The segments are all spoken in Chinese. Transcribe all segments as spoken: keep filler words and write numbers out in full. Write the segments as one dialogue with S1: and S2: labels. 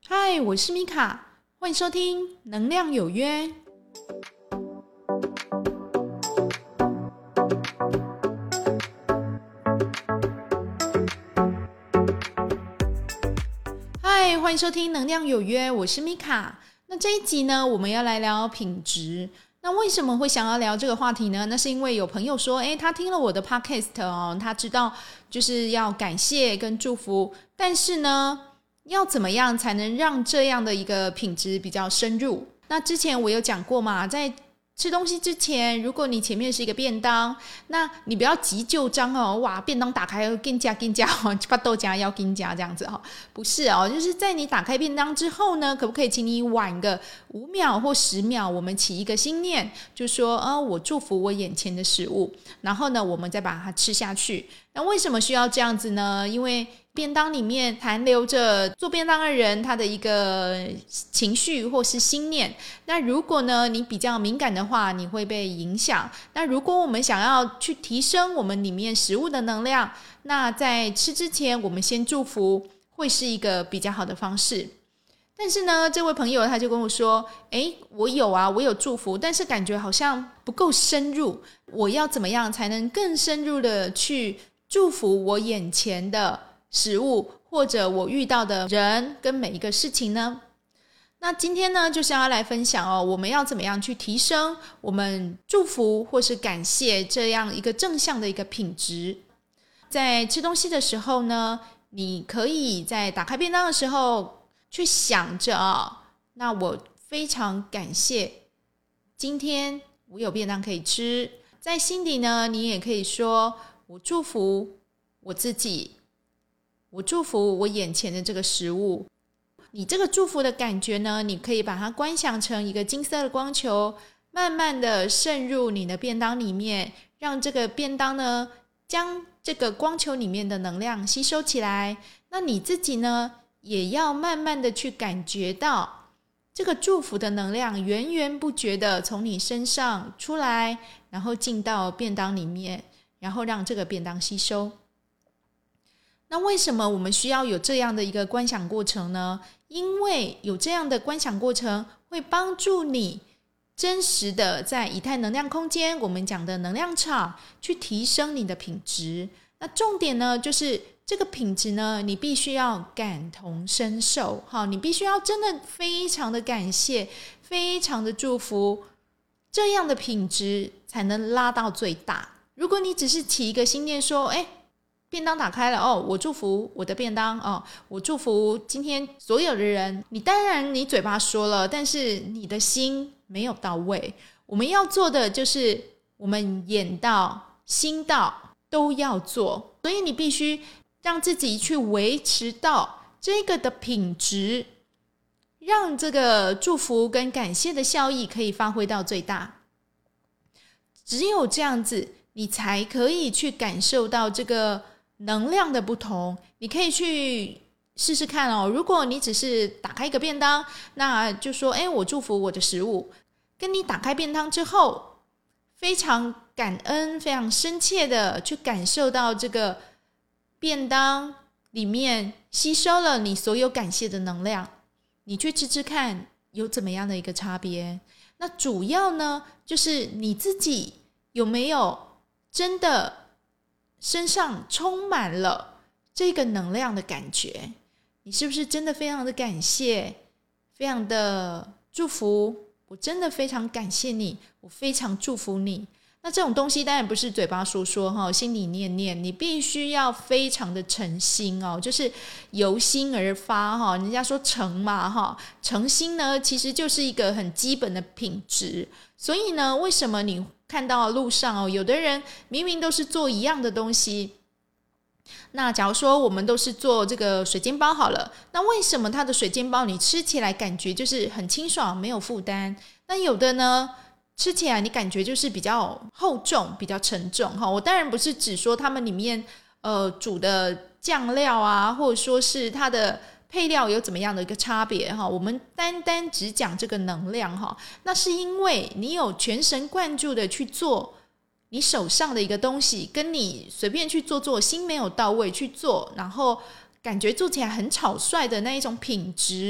S1: 嗨，我是米卡，欢迎收听能量有约。嗨，欢迎收听能量有约，我是米卡。那这一集呢，我们要来聊品质。那为什么会想要聊这个话题呢？那是因为有朋友说，诶，他听了我的 podcast 哦，他知道就是要感谢跟祝福，但是呢，要怎么样才能让这样的一个品质比较深入？那之前我有讲过嘛，在吃东西之前，如果你前面是一个便当，那你不要急就章哦，哇，便当打开跟加跟加哦，把豆加要跟加这样子哦，不是哦，就是在你打开便当之后呢，可不可以请你晚个五秒或十秒，我们起一个心念，就说哦，我祝福我眼前的食物，然后呢，我们再把它吃下去。那为什么需要这样子呢？因为便当里面残留着做便当的人他的一个情绪或是心念，那如果呢你比较敏感的话，你会被影响。那如果我们想要去提升我们里面食物的能量，那在吃之前我们先祝福，会是一个比较好的方式。但是呢，这位朋友他就跟我说，诶，我有啊，我有祝福，但是感觉好像不够深入，我要怎么样才能更深入的去祝福我眼前的食物，或者我遇到的人跟每一个事情呢？那今天呢，就是要来分享哦，我们要怎么样去提升我们祝福或是感谢这样一个正向的一个品质。在吃东西的时候呢，你可以在打开便当的时候去想着哦，那我非常感谢今天我有便当可以吃。在心底呢，你也可以说，我祝福我自己，我祝福我眼前的这个食物。你这个祝福的感觉呢，你可以把它观想成一个金色的光球，慢慢的渗入你的便当里面，让这个便当呢将这个光球里面的能量吸收起来。那你自己呢，也要慢慢的去感觉到这个祝福的能量源源不绝的从你身上出来，然后进到便当里面，然后让这个便当吸收。那为什么我们需要有这样的一个观想过程呢？因为有这样的观想过程会帮助你真实的在以太能量空间，我们讲的能量场，去提升你的品质。那重点呢，就是这个品质呢，你必须要感同身受，好，你必须要真的非常的感谢，非常的祝福，这样的品质才能拉到最大。如果你只是起一个心念说，哎，便当打开了哦，我祝福我的便当哦，我祝福今天所有的人。你当然你嘴巴说了，但是你的心没有到位。我们要做的就是我们眼到心到都要做，所以你必须让自己去维持到这个的品质，让这个祝福跟感谢的效益可以发挥到最大。只有这样子，你才可以去感受到这个能量的不同。你可以去试试看哦，如果你只是打开一个便当，那就说，哎，我祝福我的食物，跟你打开便当之后非常感恩，非常深切的去感受到这个便当里面吸收了你所有感谢的能量，你去吃吃看有怎么样的一个差别。那主要呢，就是你自己有没有真的身上充满了这个能量的感觉？你是不是真的非常的感谢，非常的祝福？我真的非常感谢你，我非常祝福你。那这种东西当然不是嘴巴说说，心里念念，你必须要非常的诚心哦，就是由心而发。人家说诚嘛，诚心呢其实就是一个很基本的品质。所以呢，为什么你看到路上哦，有的人明明都是做一样的东西，那假如说我们都是做这个水煎包好了，那为什么它的水煎包你吃起来感觉就是很清爽，没有负担？那有的呢，吃起来你感觉就是比较厚重，比较沉重。我当然不是只说他们里面呃煮的酱料啊，或者说是它的配料有怎么样的一个差别，我们单单只讲这个能量，那是因为你有全神贯注的去做你手上的一个东西，跟你随便去做做，心没有到位去做，然后感觉做起来很草率的那一种品质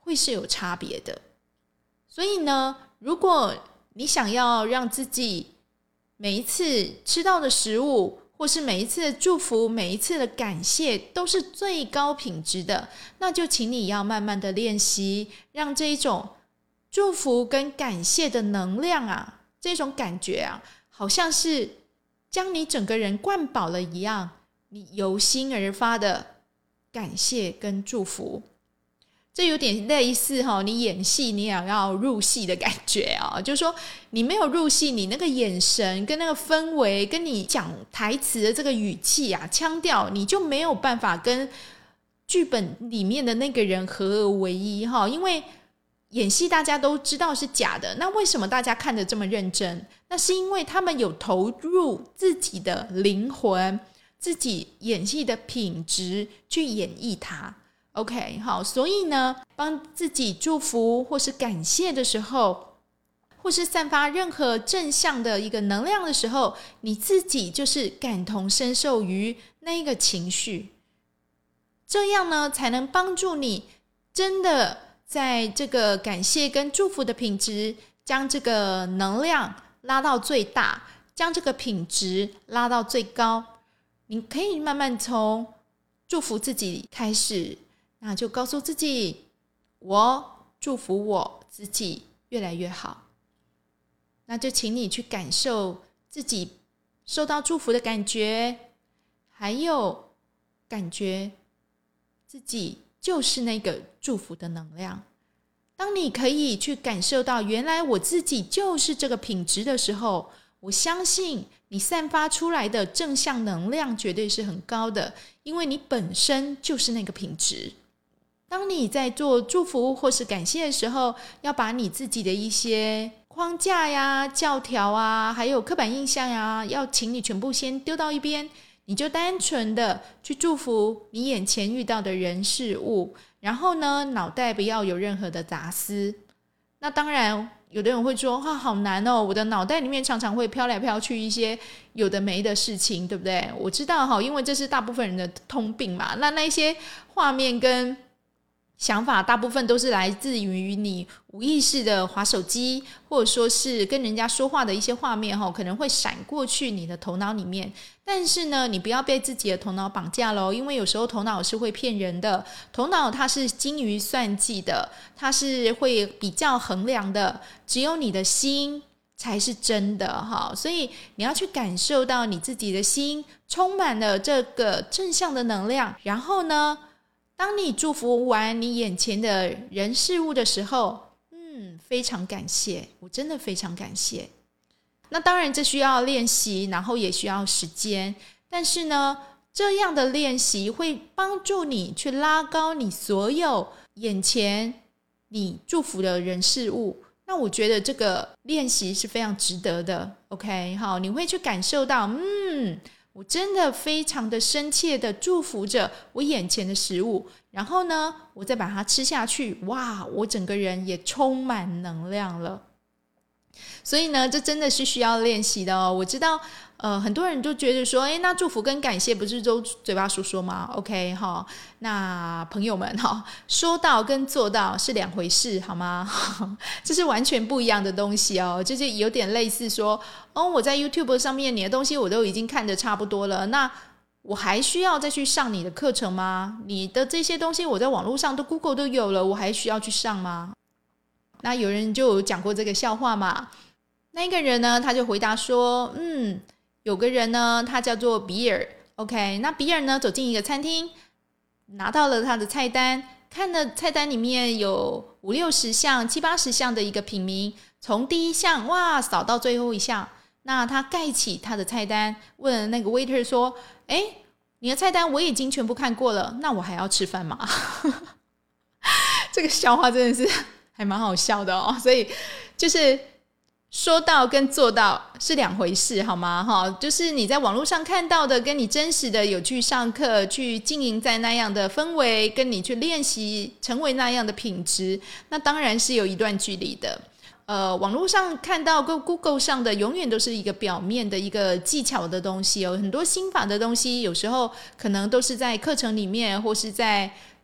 S1: 会是有差别的。所以呢，如果你想要让自己每一次吃到的食物，或是每一次的祝福，每一次的感谢都是最高品质的，那就请你要慢慢的练习，让这一种祝福跟感谢的能量啊，这种感觉啊，好像是将你整个人灌饱了一样，你由心而发的感谢跟祝福。这有点类似、哦、你演戏你也要入戏的感觉、哦、就是说你没有入戏，你那个眼神跟那个氛围跟你讲台词的这个语气啊腔调，你就没有办法跟剧本里面的那个人合而为一、哦、因为演戏大家都知道是假的，那为什么大家看得这么认真？那是因为他们有投入自己的灵魂，自己演戏的品质去演绎它。OK， 好，所以呢，帮自己祝福或是感谢的时候，或是散发任何正向的一个能量的时候，你自己就是感同身受于那个情绪，这样呢，才能帮助你真的在这个感谢跟祝福的品质，将这个能量拉到最大，将这个品质拉到最高。你可以慢慢从祝福自己开始，那就告诉自己，我祝福我自己越来越好。那就请你去感受自己受到祝福的感觉，还有感觉自己就是那个祝福的能量。当你可以去感受到原来我自己就是这个品质的时候，我相信你散发出来的正向能量绝对是很高的，因为你本身就是那个品质。当你在做祝福或是感谢的时候，要把你自己的一些框架呀、教条啊，还有刻板印象呀，要请你全部先丢到一边，你就单纯的去祝福你眼前遇到的人事物，然后呢，脑袋不要有任何的杂思。那当然有的人会说、啊、好难哦，我的脑袋里面常常会飘来飘去一些有的没的事情，对不对？我知道，因为这是大部分人的通病嘛。那那些画面跟想法大部分都是来自于你无意识的滑手机，或者说是跟人家说话的一些画面，可能会闪过去你的头脑里面。但是呢，你不要被自己的头脑绑架咯，因为有时候头脑是会骗人的，头脑它是精于算计的，它是会比较衡量的，只有你的心才是真的。所以你要去感受到你自己的心充满了这个正向的能量，然后呢，当你祝福完你眼前的人事物的时候，嗯，非常感谢，我真的非常感谢。那当然这需要练习，然后也需要时间，但是呢，这样的练习会帮助你去拉高你所有眼前你祝福的人事物。那我觉得这个练习是非常值得的。 OK， 好，你会去感受到，嗯，我真的非常的深切的祝福着我眼前的食物，然后呢，我再把它吃下去，哇，我整个人也充满能量了。所以呢，这真的是需要练习的哦。我知道呃，很多人都觉得说，诶，那祝福跟感谢不是都嘴巴说说吗？ OK 哈，那朋友们哈，说到跟做到是两回事好吗？这是完全不一样的东西哦。就是有点类似说，哦，我在 YouTube 上面你的东西我都已经看得差不多了，那我还需要再去上你的课程吗？你的这些东西我在网络上都 Google 都有了，我还需要去上吗？那有人就有讲过这个笑话嘛，那个人呢，他就回答说，嗯，有个人呢，他叫做比尔 OK， 那比尔呢走进一个餐厅，拿到了他的菜单，看了菜单里面有五六十项七八十项的一个品名，从第一项哇扫到最后一项。那他盖起他的菜单，问那个 waiter 说，诶，你的菜单我已经全部看过了，那我还要吃饭吗？这个笑话真的是还蛮好笑的哦。所以就是说到跟做到是两回事好吗？就是你在网络上看到的跟你真实的有去上课去经营在那样的氛围，跟你去练习成为那样的品质，那当然是有一段距离的。呃，网络上看到跟 Google 上的永远都是一个表面的一个技巧的东西，有很多心法的东西有时候可能都是在课程里面或是在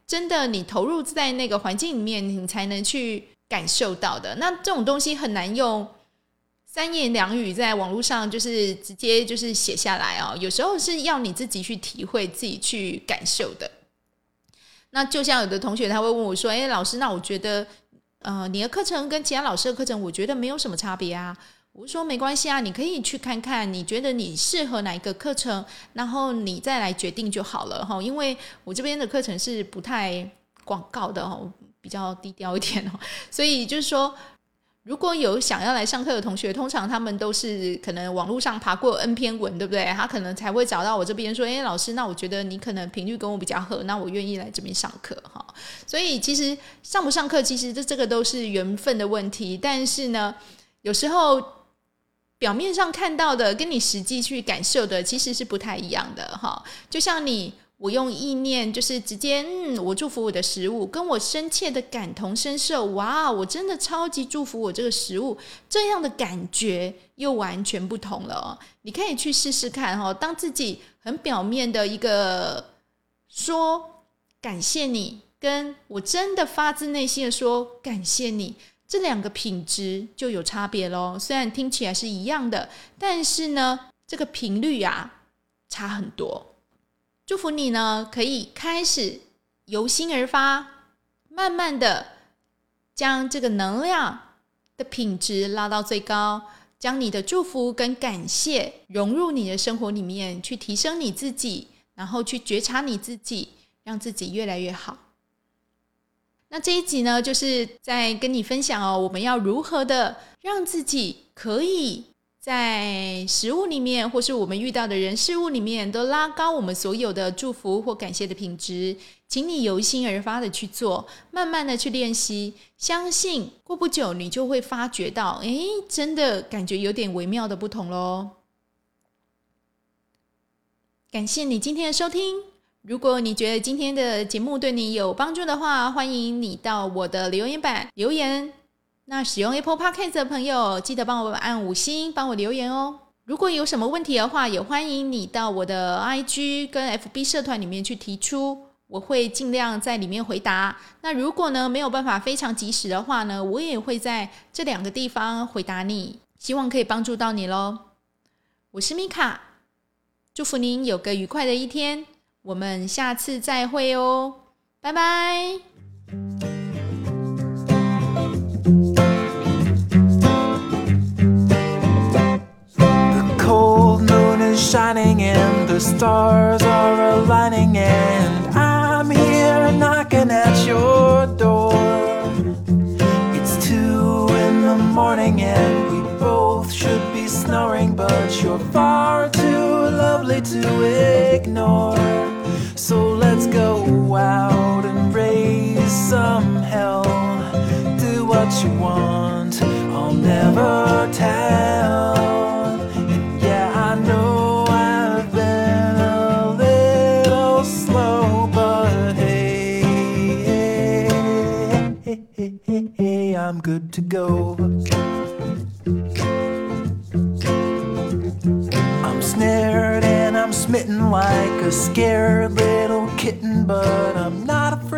S1: 真的你投入在那个环境里面，你才能去感受到的。那这种东西很难用三言两语在网络上就是直接就是写下来哦，有时候是要你自己去体会，自己去感受的。那就像有的同学他会问我说，诶，老师，那我觉得呃，你的课程跟其他老师的课程我觉得没有什么差别啊。我说没关系啊，你可以去看看你觉得你适合哪一个课程，然后你再来决定就好了。因为我这边的课程是不太广告的，比较低调一点，所以就是说如果有想要来上课的同学，通常他们都是可能网络上爬过 N 篇文，对不对？他可能才会找到我这边说，诶，老师，那我觉得你可能频率跟我比较合，那我愿意来这边上课。所以其实上不上课其实 这, 这个都是缘分的问题，但是呢有时候表面上看到的跟你实际去感受的其实是不太一样的。就像你我用意念就是直接嗯，我祝福我的食物，跟我深切的感同身受，哇，我真的超级祝福我这个食物，这样的感觉又完全不同了哦。你可以去试试看哦，当自己很表面的一个说感谢你，跟我真的发自内心的说感谢你，这两个品质就有差别咯。虽然听起来是一样的，但是呢这个频率啊差很多。祝福你呢可以开始由心而发，慢慢的将这个能量的品质拉到最高，将你的祝福跟感谢融入你的生活里面，去提升你自己，然后去觉察你自己，让自己越来越好。那这一集呢就是在跟你分享哦，我们要如何的让自己可以在食物里面或是我们遇到的人事物里面都拉高我们所有的祝福或感谢的品质。请你由心而发的去做，慢慢的去练习，相信过不久你就会发觉到，诶，真的感觉有点微妙的不同咯。感谢你今天的收听，如果你觉得今天的节目对你有帮助的话，欢迎你到我的留言板留言。那使用 Apple Podcast 的朋友记得帮我按五星，帮我留言哦。如果有什么问题的话，也欢迎你到我的 I G 跟 F B 社团里面去提出，我会尽量在里面回答。那如果呢没有办法非常及时的话呢，我也会在这两个地方回答你，希望可以帮助到你咯。我是米卡，祝福您有个愉快的一天，我们下次再会哦，拜拜。
S2: Shining and the stars are aligning, and I'm here knocking at your door. It's two in the morning and we both should be snoring, but you're far too lovely to ignore. So let's go out and raise some hell. Do what you want, I'll never tell. And yeah, I know I'm good to go. I'm snared and I'm smitten like a scared little kitten, but I'm not afraid.